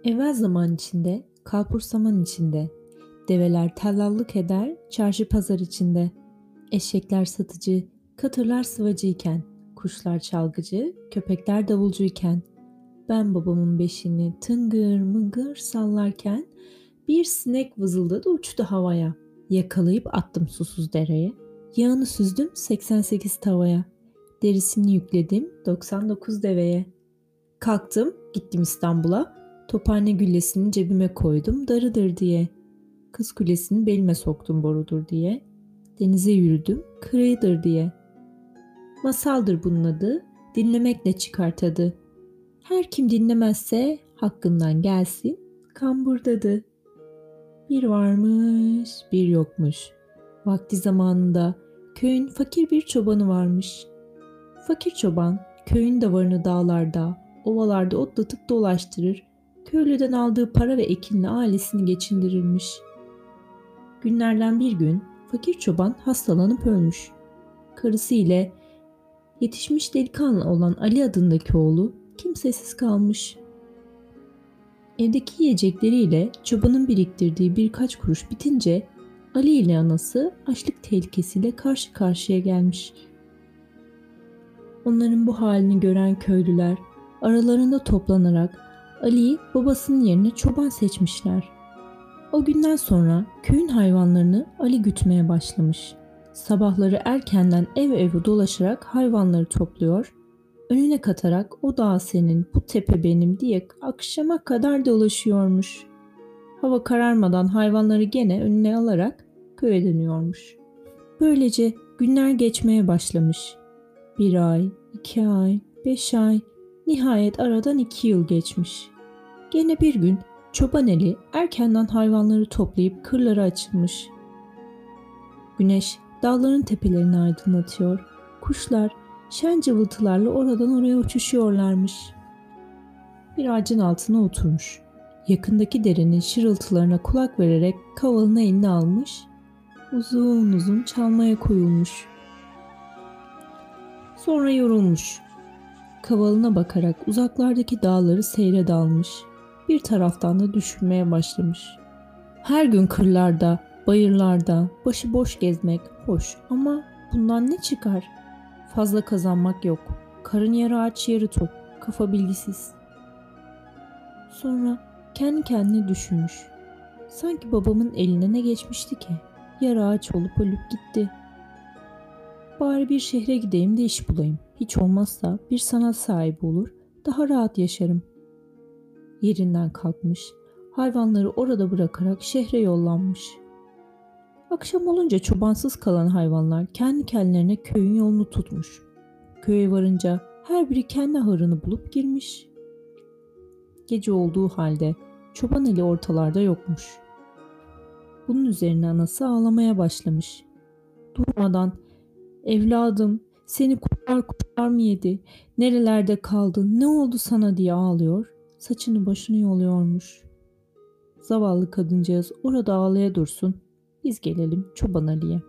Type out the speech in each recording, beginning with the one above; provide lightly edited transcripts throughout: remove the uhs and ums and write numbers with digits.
Evvel zaman içinde, kalbur saman içinde, develer tellallık eder, çarşı pazar içinde. Eşekler satıcı, katırlar sıvacıyken, kuşlar çalgıcı, köpekler davulcuyken, ben babamın beşiğini tıngır mıngır sallarken, bir sinek vızıldadı uçtu havaya. Yakalayıp attım susuz dereye, yağını süzdüm 88 tavaya, derisini yükledim 99 deveye. Kalktım, gittim İstanbul'a. Tophane güllesini cebime koydum darıdır diye. Kız kulesini belime soktum borudur diye. Denize yürüdüm kırığıdır diye. Masaldır bunun adı, dinlemekle çıkar tadı. Her kim dinlemezse hakkından gelsin, kamburdadı. Bir varmış, bir yokmuş. Vakti zamanında köyün fakir bir çobanı varmış. Fakir çoban köyün davarını dağlarda, ovalarda otlatıp dolaştırır, köylüden aldığı para ve ekinle ailesini geçindirirmiş. Günlerden bir gün fakir çoban hastalanıp ölmüş. Karısı ile yetişmiş delikanlı olan Ali adındaki oğlu kimsesiz kalmış. Evdeki yiyecekleriyle çobanın biriktirdiği birkaç kuruş bitince Ali ile anası açlık tehlikesiyle karşı karşıya gelmiş. Onların bu halini gören köylüler aralarında toplanarak Ali'yi babasının yerine çoban seçmişler. O günden sonra köyün hayvanlarını Ali gütmeye başlamış. Sabahları erkenden ev evi dolaşarak hayvanları topluyor, önüne katarak o dağ senin, bu tepe benim diye akşama kadar dolaşıyormuş. Hava kararmadan hayvanları gene önüne alarak köye dönüyormuş. Böylece günler geçmeye başlamış. 1 ay, 2 ay, 5 ay, nihayet aradan 2 yıl geçmiş. Gene bir gün çoban Eli erkenden hayvanları toplayıp kırlara açılmış. Güneş dağların tepelerini aydınlatıyor. Kuşlar şen cıvıltılarla oradan oraya uçuşuyorlarmış. Bir ağacın altına oturmuş. Yakındaki derenin şırıltılarına kulak vererek kavalını eline almış. Uzun uzun çalmaya koyulmuş. Sonra yorulmuş. Kavalına bakarak uzaklardaki dağları seyre dalmış. Bir taraftan da düşünmeye başlamış. Her gün kırlarda, bayırlarda, başıboş gezmek hoş ama bundan ne çıkar? Fazla kazanmak yok. Karın yarı aç yarı tok, kafa bilgisiz. Sonra kendi kendine düşünmüş. Sanki babamın eline ne geçmişti ki? Yarı ağaç olup ölüp gitti. Bari bir şehre gideyim de iş bulayım. Hiç olmazsa bir sanat sahibi olur, daha rahat yaşarım. Yerinden kalkmış, hayvanları orada bırakarak şehre yollanmış. Akşam olunca çobansız kalan hayvanlar kendi kendilerine köyün yolunu tutmuş. Köye varınca her biri kendi ahırını bulup girmiş. Gece olduğu halde çoban eli ortalarda yokmuş. Bunun üzerine anası ağlamaya başlamış. Durmadan "Evladım, seni kurtlar mı yedi? Nerelerde kaldın? Ne oldu sana?" diye ağlıyor. Saçını başını yoluyormuş. Zavallı kadıncağız orada ağlaya dursun. Biz gelelim Çoban Ali'ye.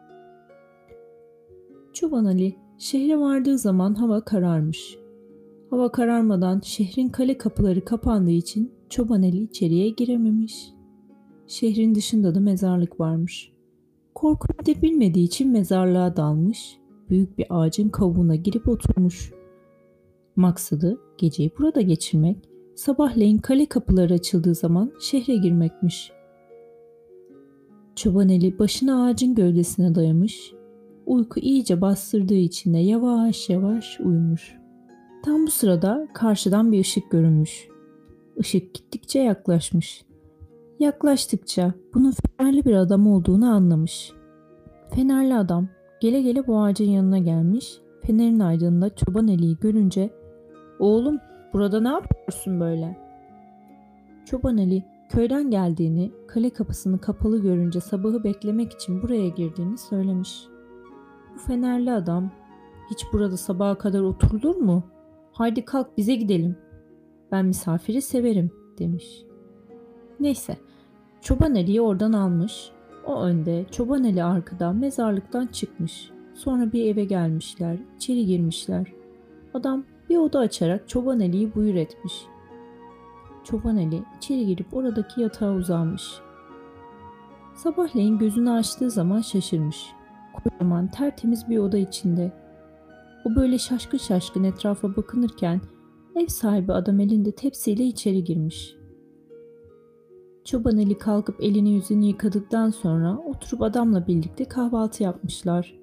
Çoban Ali şehre vardığı zaman hava kararmış. Hava kararmadan şehrin kale kapıları kapandığı için Çoban Ali içeriye girememiş. Şehrin dışında da mezarlık varmış. Korku nedir bilmediği için mezarlığa dalmış, büyük bir ağacın kavuğuna girip oturmuş. Maksadı geceyi burada geçirmek, sabahleyin kale kapıları açıldığı zaman şehre girmekmiş. Çoban Eli başını ağacın gövdesine dayamış, uyku iyice bastırdığı için de yavaş yavaş uyumuş. Tam bu sırada karşıdan bir ışık görünmüş. Işık gittikçe yaklaşmış. Yaklaştıkça bunun fenerli bir adam olduğunu anlamış. Fenerli adam gele gele bu ağacın yanına gelmiş. Fenerin aydınlığında Çoban Eli'yi görünce "Oğlum, burada ne yapıyorsun böyle?" Çoban Ali köyden geldiğini, kale kapısını kapalı görünce sabahı beklemek için buraya girdiğini söylemiş. Bu fenerli adam "Hiç burada sabaha kadar oturulur mu? Haydi kalk bize gidelim. Ben misafiri severim," demiş. Neyse, Çoban Ali'yi oradan almış. O önde, Çoban Ali arkada mezarlıktan çıkmış. Sonra bir eve gelmişler, içeri girmişler. Adam bir oda açarak Çoban Ali'yi buyur etmiş. Çoban Ali içeri girip oradaki yatağa uzanmış. Sabahleyin gözünü açtığı zaman şaşırmış. Kocaman tertemiz bir oda içinde. O böyle şaşkın şaşkın etrafa bakınırken ev sahibi adam elinde tepsiyle içeri girmiş. Çoban Ali kalkıp elini yüzünü yıkadıktan sonra oturup adamla birlikte kahvaltı yapmışlar.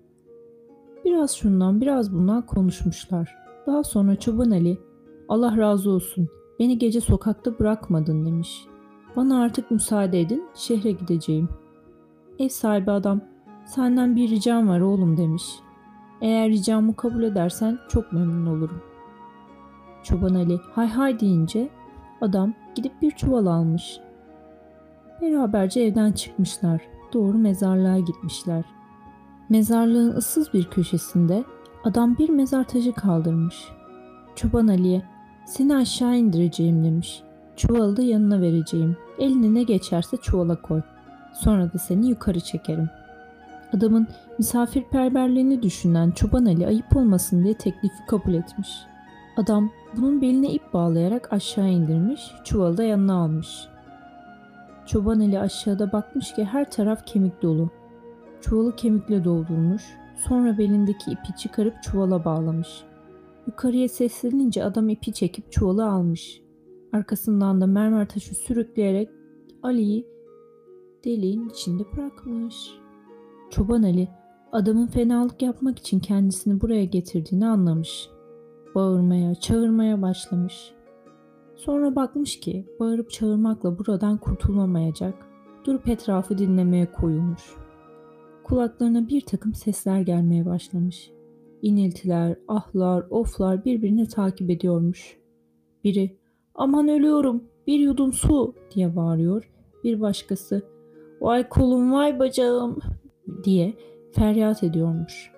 Biraz şundan biraz bundan konuşmuşlar. Daha sonra Çoban Ali, "Allah razı olsun, beni gece sokakta bırakmadın," demiş. "Bana artık müsaade edin, şehre gideceğim." Ev sahibi adam, "Senden bir ricam var oğlum," demiş. "Eğer ricamı kabul edersen çok memnun olurum." Çoban Ali hay hay deyince adam gidip bir çuval almış. Beraberce evden çıkmışlar. Doğru mezarlığa gitmişler. Mezarlığın ıssız bir köşesinde adam bir mezar taşı kaldırmış. Çoban Ali'ye, "Seni aşağı indireceğim," demiş. "Çuvalı da yanına vereceğim. Eline ne geçerse çuvala koy. Sonra da seni yukarı çekerim." Adamın misafirperverliğini düşünen Çoban Ali ayıp olmasın diye teklifi kabul etmiş. Adam bunun beline ip bağlayarak aşağı indirmiş, çuvalı da yanına almış. Çoban Ali aşağıda bakmış ki her taraf kemik dolu. Çuvalı kemikle doldurmuş, sonra belindeki ipi çıkarıp çuvala bağlamış. Yukarıya seslenince adam ipi çekip çuvalı almış. Arkasından da mermer taşı sürükleyerek Ali'yi deliğin içinde bırakmış. Çoban Ali adamın fenalık yapmak için kendisini buraya getirdiğini anlamış. Bağırmaya, çağırmaya başlamış. Sonra bakmış ki bağırıp çağırmakla buradan kurtulamayacak. Durup etrafı dinlemeye koyulmuş. Kulaklarına bir takım sesler gelmeye başlamış. İniltiler, ahlar, oflar birbirini takip ediyormuş. Biri, "Aman ölüyorum, bir yudum su," diye bağırıyor. Bir başkası, "Vay kolum, vay bacağım," diye feryat ediyormuş.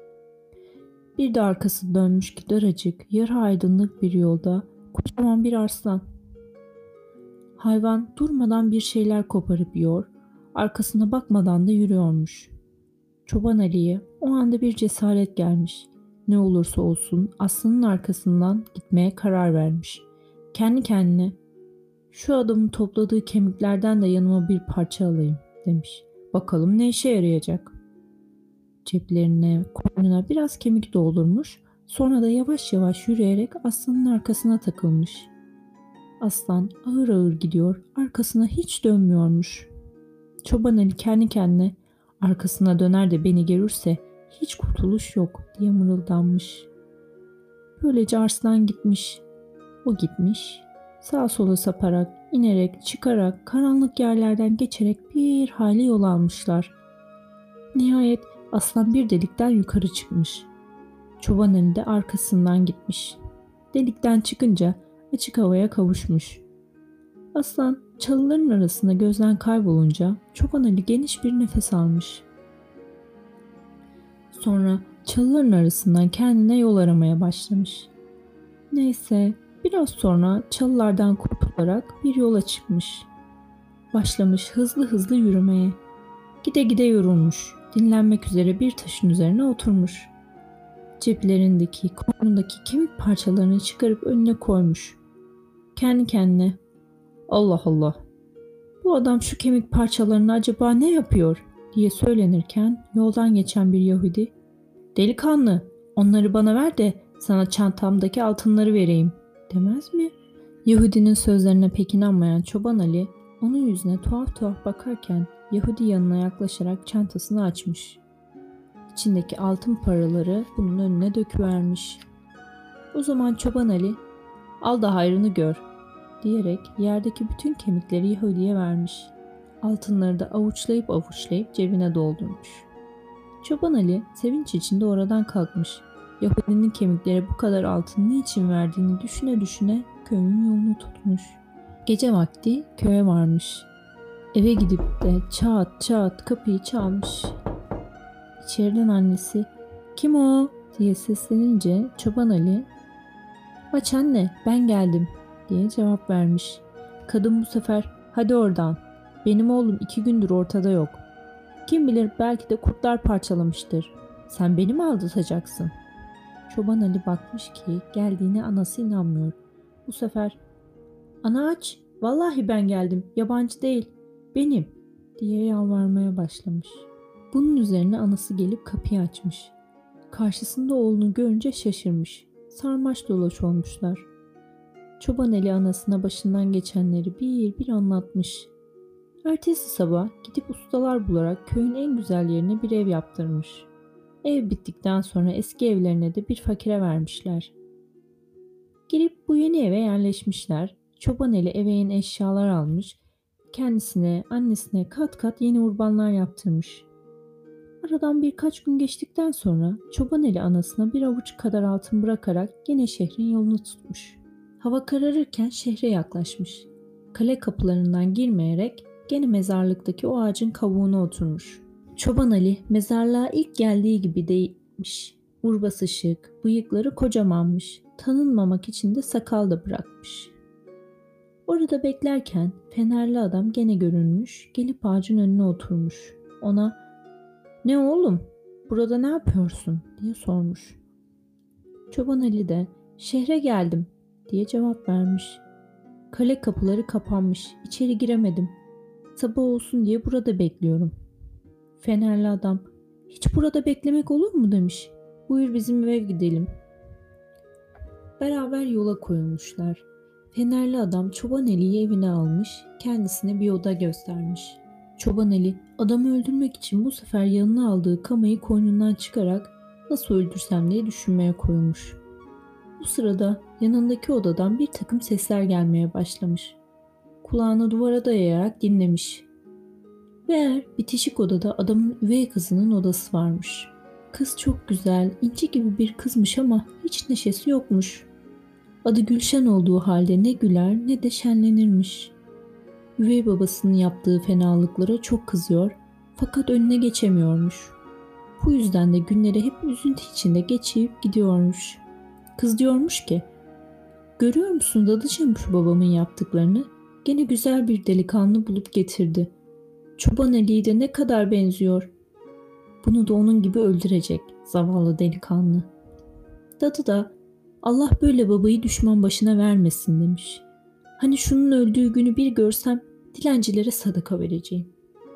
Bir de arkası dönmüş ki daracık, yarı aydınlık bir yolda kocaman bir arslan. Hayvan durmadan bir şeyler koparıp yiyor, arkasına bakmadan da yürüyormuş. Çoban Ali'ye o anda bir cesaret gelmiş. Ne olursa olsun aslanın arkasından gitmeye karar vermiş. Kendi kendine, "Şu adamın topladığı kemiklerden de yanıma bir parça alayım," demiş. "Bakalım ne işe yarayacak." Ceplerine, koynuna biraz kemik doldurmuş, sonra da yavaş yavaş yürüyerek aslanın arkasına takılmış. Aslan ağır ağır gidiyor, arkasına hiç dönmüyormuş. Çoban Ali kendi kendine, "Arkasına döner de beni görürse hiç kurtuluş yok," diye mırıldanmış. Böylece arslan gitmiş, o gitmiş, sağa sola saparak, inerek, çıkarak, karanlık yerlerden geçerek bir hayli yol almışlar. Nihayet aslan bir delikten yukarı çıkmış. Çoban Ali de arkasından gitmiş. Delikten çıkınca açık havaya kavuşmuş. Aslan çalıların arasında gözden kaybolunca Çoban Ali geniş bir nefes almış. Sonra çalıların arasından kendine yol aramaya başlamış. Neyse, biraz sonra çalılardan kurtularak bir yola çıkmış. Başlamış hızlı hızlı yürümeye. Gide gide yorulmuş, dinlenmek üzere bir taşın üzerine oturmuş. Ceplerindeki, koynundaki kemik parçalarını çıkarıp önüne koymuş. Kendi kendine, "Allah Allah, bu adam şu kemik parçalarını acaba ne yapıyor?" diye söylenirken yoldan geçen bir Yahudi, "Delikanlı, onları bana ver de sana çantamdaki altınları vereyim," demez mi? Yahudinin sözlerine pek inanmayan Çoban Ali onun yüzüne tuhaf tuhaf bakarken Yahudi yanına yaklaşarak çantasını açmış. İçindeki altın paraları bunun önüne döküvermiş. O zaman Çoban Ali, "Al da hayrını gör," diyerek yerdeki bütün kemikleri Yahudi'ye vermiş. Altınları da avuçlayıp avuçlayıp cebine doldurmuş. Çoban Ali sevinç içinde oradan kalkmış. Yahudinin kemiklere bu kadar altın niçin verdiğini düşüne düşüne köyün yolunu tutmuş. Gece vakti köye varmış. Eve gidip de çat çat kapıyı çalmış. İçeriden annesi, "Kim o?" diye seslenince Çoban Ali, "Aç anne, ben geldim," diye cevap vermiş. Kadın bu sefer, "Hadi oradan. Benim oğlum 2 gündür ortada yok. Kim bilir belki de kurtlar parçalamıştır. Sen beni mi aldatacaksın?" Çoban Ali bakmış ki geldiğine anası inanmıyor. Bu sefer, Ana aç, vallahi ben geldim, yabancı değil, benim diye yalvarmaya başlamış. Bunun üzerine anası gelip kapıyı açmış. Karşısında oğlunu görünce şaşırmış. Sarmaş dolaş olmuşlar. Çoban Eli anasına başından geçenleri bir bir anlatmış. Ertesi sabah gidip ustalar bularak köyün en güzel yerine bir ev yaptırmış. Ev bittikten sonra eski evlerine de bir fakire vermişler. Girip bu yeni eve yerleşmişler. Çoban Eli eve yeni eşyalar almış. Kendisine, annesine kat kat yeni urbanlar yaptırmış. Aradan birkaç gün geçtikten sonra Çoban Eli anasına bir avuç kadar altın bırakarak gene şehrin yolunu tutmuş. Hava kararırken şehre yaklaşmış. Kale kapılarından girmeyerek gene mezarlıktaki o ağacın kavuğuna oturmuş. Çoban Ali mezarlığa ilk geldiği gibi değilmiş. Urbası şık, bıyıkları kocamanmış. Tanınmamak için de sakal da bırakmış. Orada beklerken fenerli adam gene görünmüş, gelip ağacın önüne oturmuş. Ona "Ne oğlum, burada ne yapıyorsun?" diye sormuş. Çoban Ali de "Şehre geldim." diye cevap vermiş. Kale kapıları kapanmış, içeri giremedim. Sabah olsun diye burada bekliyorum. Fenerli adam "Hiç burada beklemek olur mu?" demiş. "Buyur bizim eve gidelim." Beraber yola koyulmuşlar. Fenerli adam Çoban Ali'yi evine almış, kendisine bir oda göstermiş. Çoban Ali adamı öldürmek için bu sefer yanına aldığı kamayı koynundan çıkarak nasıl öldürsem diye düşünmeye koyulmuş. Bu sırada yanındaki odadan bir takım sesler gelmeye başlamış. Kulağını duvara dayayarak dinlemiş. Meğer bitişik odada adamın üvey kızının odası varmış. Kız çok güzel, inci gibi bir kızmış ama hiç neşesi yokmuş. Adı Gülşen olduğu halde ne güler ne de şenlenirmiş. Üvey babasının yaptığı fenalıklara çok kızıyor fakat önüne geçemiyormuş. Bu yüzden de günleri hep üzüntü içinde geçip gidiyormuş. Kız diyormuş ki, "Görüyor musun dadıcığım şu babamın yaptıklarını? Gene güzel bir delikanlı bulup getirdi. Çoban Ali'ye de ne kadar benziyor. Bunu da onun gibi öldürecek zavallı delikanlı." Dadı da "Allah böyle babayı düşman başına vermesin" demiş. "Hani şunun öldüğü günü bir görsem dilencilere sadaka vereceğim."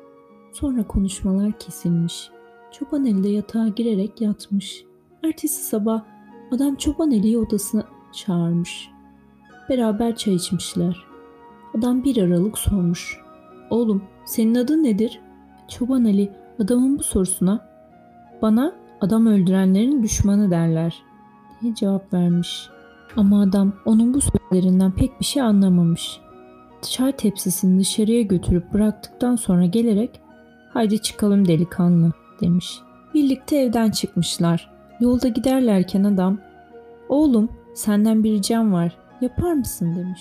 Sonra konuşmalar kesilmiş. Çoban Ali de yatağa girerek yatmış. Ertesi sabah adam Çoban Ali'yi odasına çağırmış. Beraber çay içmişler. Adam bir aralık sormuş. "Oğlum, senin adın nedir?" Çoban Ali adamın bu sorusuna "Bana adam öldürenlerin düşmanı derler" diye cevap vermiş. Ama adam onun bu sözlerinden pek bir şey anlamamış. Çay tepsisini dışarıya götürüp bıraktıktan sonra gelerek "Haydi çıkalım delikanlı" demiş. Birlikte evden çıkmışlar. Yolda giderlerken adam "Oğlum, senden bir ricam var, yapar mısın?" demiş.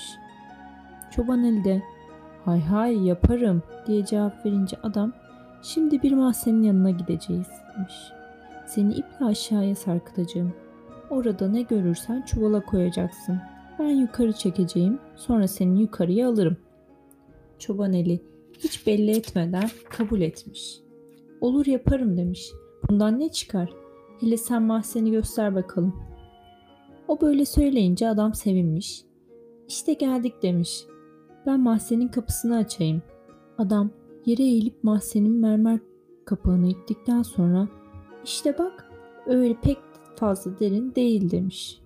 Çoban Ali de "Hay hay yaparım" diye cevap verince adam "Şimdi bir mahzenin yanına gideceğiz" demiş. "Seni iple aşağıya sarkıtacağım. Orada ne görürsen çuvala koyacaksın. Ben yukarı çekeceğim, sonra seni yukarıya alırım." Çoban Eli hiç belli etmeden kabul etmiş. "Olur yaparım" demiş. "Bundan ne çıkar? Hele sen mahzeni göster bakalım." O böyle söyleyince adam sevinmiş. "İşte geldik" demiş. "Ben mahzenin kapısını açayım." Adam yere eğilip mahzenin mermer kapağını ittikten sonra "İşte bak, öyle pek fazla derin değil" demiş.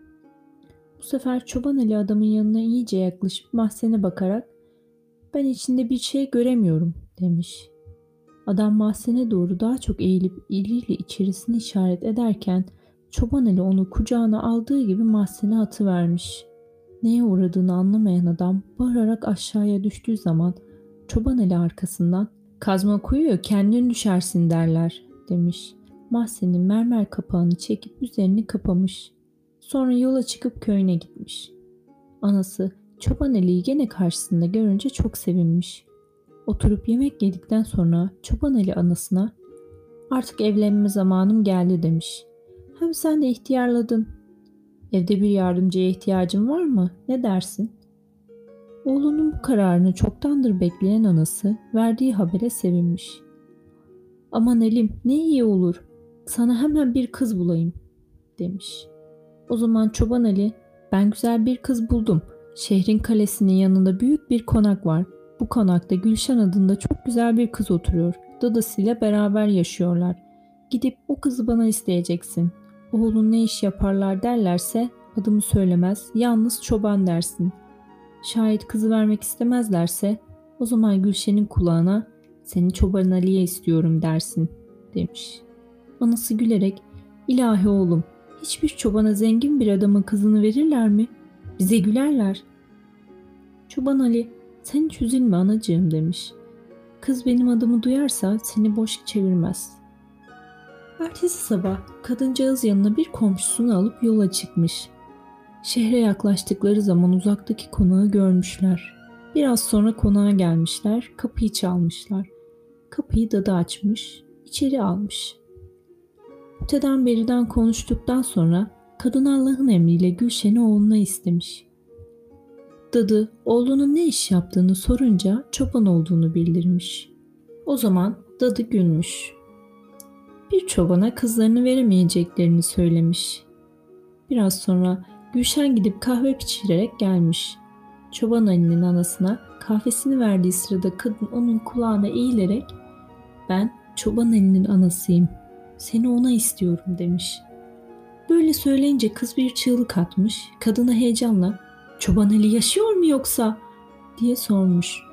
Bu sefer Çoban Ali adamın yanına iyice yaklaşıp mahzene bakarak "Ben içinde bir şey göremiyorum" demiş. Adam mahzene doğru daha çok eğilip eliyle içerisini işaret ederken Çoban Ali onu kucağına aldığı gibi mahzene atıvermiş. Neye uğradığını anlamayan adam bağırarak aşağıya düştüğü zaman Çoban Ali arkasından "Kazma kuyuyor kendin düşersin derler" demiş. Mahzenin mermer kapağını çekip üzerini kapamış. Sonra yola çıkıp köyüne gitmiş. Anası Çoban Ali'yi gene karşısında görünce çok sevinmiş. Oturup yemek yedikten sonra Çoban Ali anasına "Artık evlenme zamanım geldi" demiş. "Hem sen de ihtiyarladın. Evde bir yardımcıya ihtiyacın var mı? Ne dersin?" Oğlunun bu kararını çoktandır bekleyen anası verdiği habere sevinmiş. "Aman Elim, ne iyi olur. Sana hemen bir kız bulayım" demiş. O zaman Çoban Ali "Ben güzel bir kız buldum. Şehrin kalesinin yanında büyük bir konak var. Bu konakta Gülşen adında çok güzel bir kız oturuyor. Dadısıyla beraber yaşıyorlar. Gidip o kızı bana isteyeceksin. Oğlun ne iş yaparlar derlerse adımı söylemez, yalnız çoban dersin. Şayet kızı vermek istemezlerse o zaman Gülşen'in kulağına seni Çoban Ali'ye istiyorum dersin demiş. Anası gülerek ilahi oğlum, hiçbir çobana zengin bir adamın kızını verirler mi? Bize gülerler. Çoban Ali sen hiç üzülme anacığım demiş. Kız benim adımı duyarsa seni boş çevirmez. Ertesi sabah kadıncağız yanına bir komşusunu alıp yola çıkmış. Şehre yaklaştıkları zaman uzaktaki konağı görmüşler. Biraz sonra konağa gelmişler, kapıyı çalmışlar. Kapıyı dadı açmış, içeri almış. Öteden beriden konuştuktan sonra kadın Allah'ın emriyle Gülşen'i oğluna istemiş. Dadı oğlunun ne iş yaptığını sorunca çoban olduğunu bildirmiş. O zaman dadı gülmüş. Bir çobana kızlarını veremeyeceklerini söylemiş. Biraz sonra Gülşen gidip kahve pişirerek gelmiş. Çoban Ali'nin anasına kahvesini verdiği sırada kadın onun kulağına eğilerek ben Çoban Ali'nin anasıyım. Seni ona istiyorum demiş. Böyle söyleyince kız bir çığlık atmış. Kadına heyecanla Çoban Ali yaşıyor mu yoksa diye sormuş.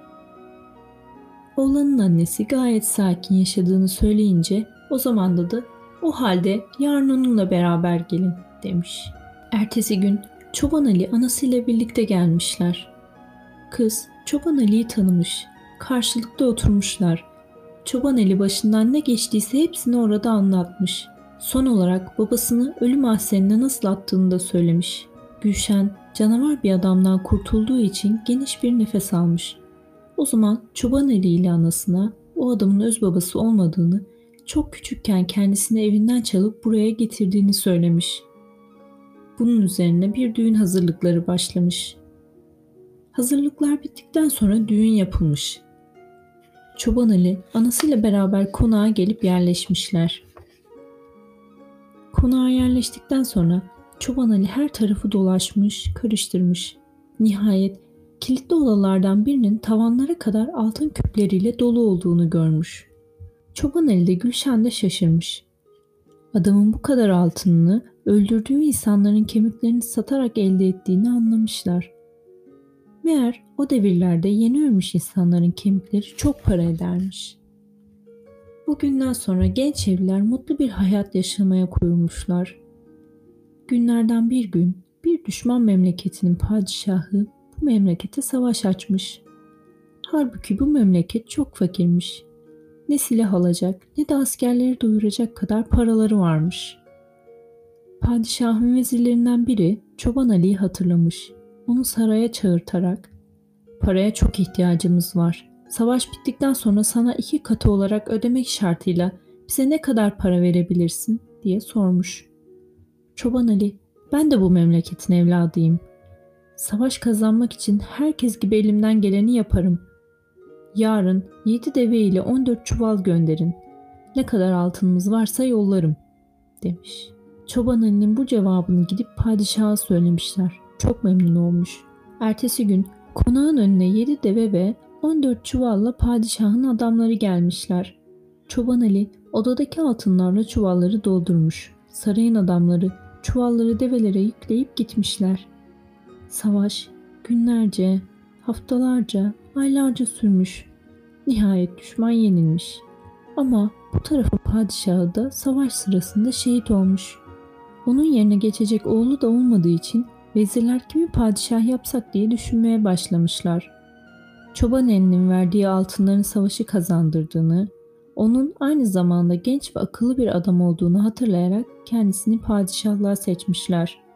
Oğlanın annesi gayet sakin yaşadığını söyleyince o zaman da o halde yarın onunla beraber gelin demiş. Ertesi gün Çoban Ali anasıyla birlikte gelmişler. Kız Çoban Ali'yi tanımış. Karşılıklı oturmuşlar. Çoban Ali başından ne geçtiyse hepsini orada anlatmış. Son olarak babasını ölüm ahsenine nasıl attığını da söylemiş. Gülşen canavar bir adamdan kurtulduğu için geniş bir nefes almış. O zaman Çoban Ali ile anasına o adamın öz babası olmadığını, çok küçükken kendisini evinden çalıp buraya getirdiğini söylemiş. Bunun üzerine bir düğün hazırlıkları başlamış. Hazırlıklar bittikten sonra düğün yapılmış. Çoban Ali anasıyla beraber konağa gelip yerleşmişler. Konağa yerleştikten sonra Çoban Ali her tarafı dolaşmış, karıştırmış. Nihayet kilitli odalardan birinin tavanlara kadar altın küpleriyle dolu olduğunu görmüş. Çoban Ali de Gülşen de şaşırmış. Adamın bu kadar altınını öldürdüğü insanların kemiklerini satarak elde ettiğini anlamışlar. Meğer o devirlerde yeni ölmüş insanların kemikleri çok para edermiş. Bugünden sonra genç evliler mutlu bir hayat yaşamaya koyulmuşlar. Günlerden bir gün bir düşman memleketinin padişahı bu memlekete savaş açmış. Halbuki bu memleket çok fakirmiş. Ne silah alacak ne de askerleri doyuracak kadar paraları varmış. Padişahın vezirlerinden biri Çoban Ali'yi hatırlamış. Onu saraya çağırtarak "Paraya çok ihtiyacımız var. Savaş bittikten sonra sana 2 katı olarak ödemek şartıyla bize ne kadar para verebilirsin?" diye sormuş. Çoban Ali, "Ben de bu memleketin evladıyım. Savaş kazanmak için herkes gibi elimden geleni yaparım. Yarın 7 deve ile 14 çuval gönderin. Ne kadar altınımız varsa yollarım," demiş. Çoban Ali'nin bu cevabını gidip padişaha söylemişler. Çok memnun olmuş. Ertesi gün konağın önüne 7 deve ve 14 çuvalla padişahın adamları gelmişler. Çoban Ali odadaki altınlarla çuvalları doldurmuş. Sarayın adamları çuvalları develere yükleyip gitmişler. Savaş günlerce, haftalarca, aylarca sürmüş. Nihayet düşman yenilmiş. Ama bu tarafın padişahı da savaş sırasında şehit olmuş. Onun yerine geçecek oğlu da olmadığı için vezirler kimi padişah yapsak diye düşünmeye başlamışlar. Çoban Ali'nin verdiği altınların savaşı kazandırdığını, onun aynı zamanda genç ve akıllı bir adam olduğunu hatırlayarak kendisini padişahlığa seçmişler.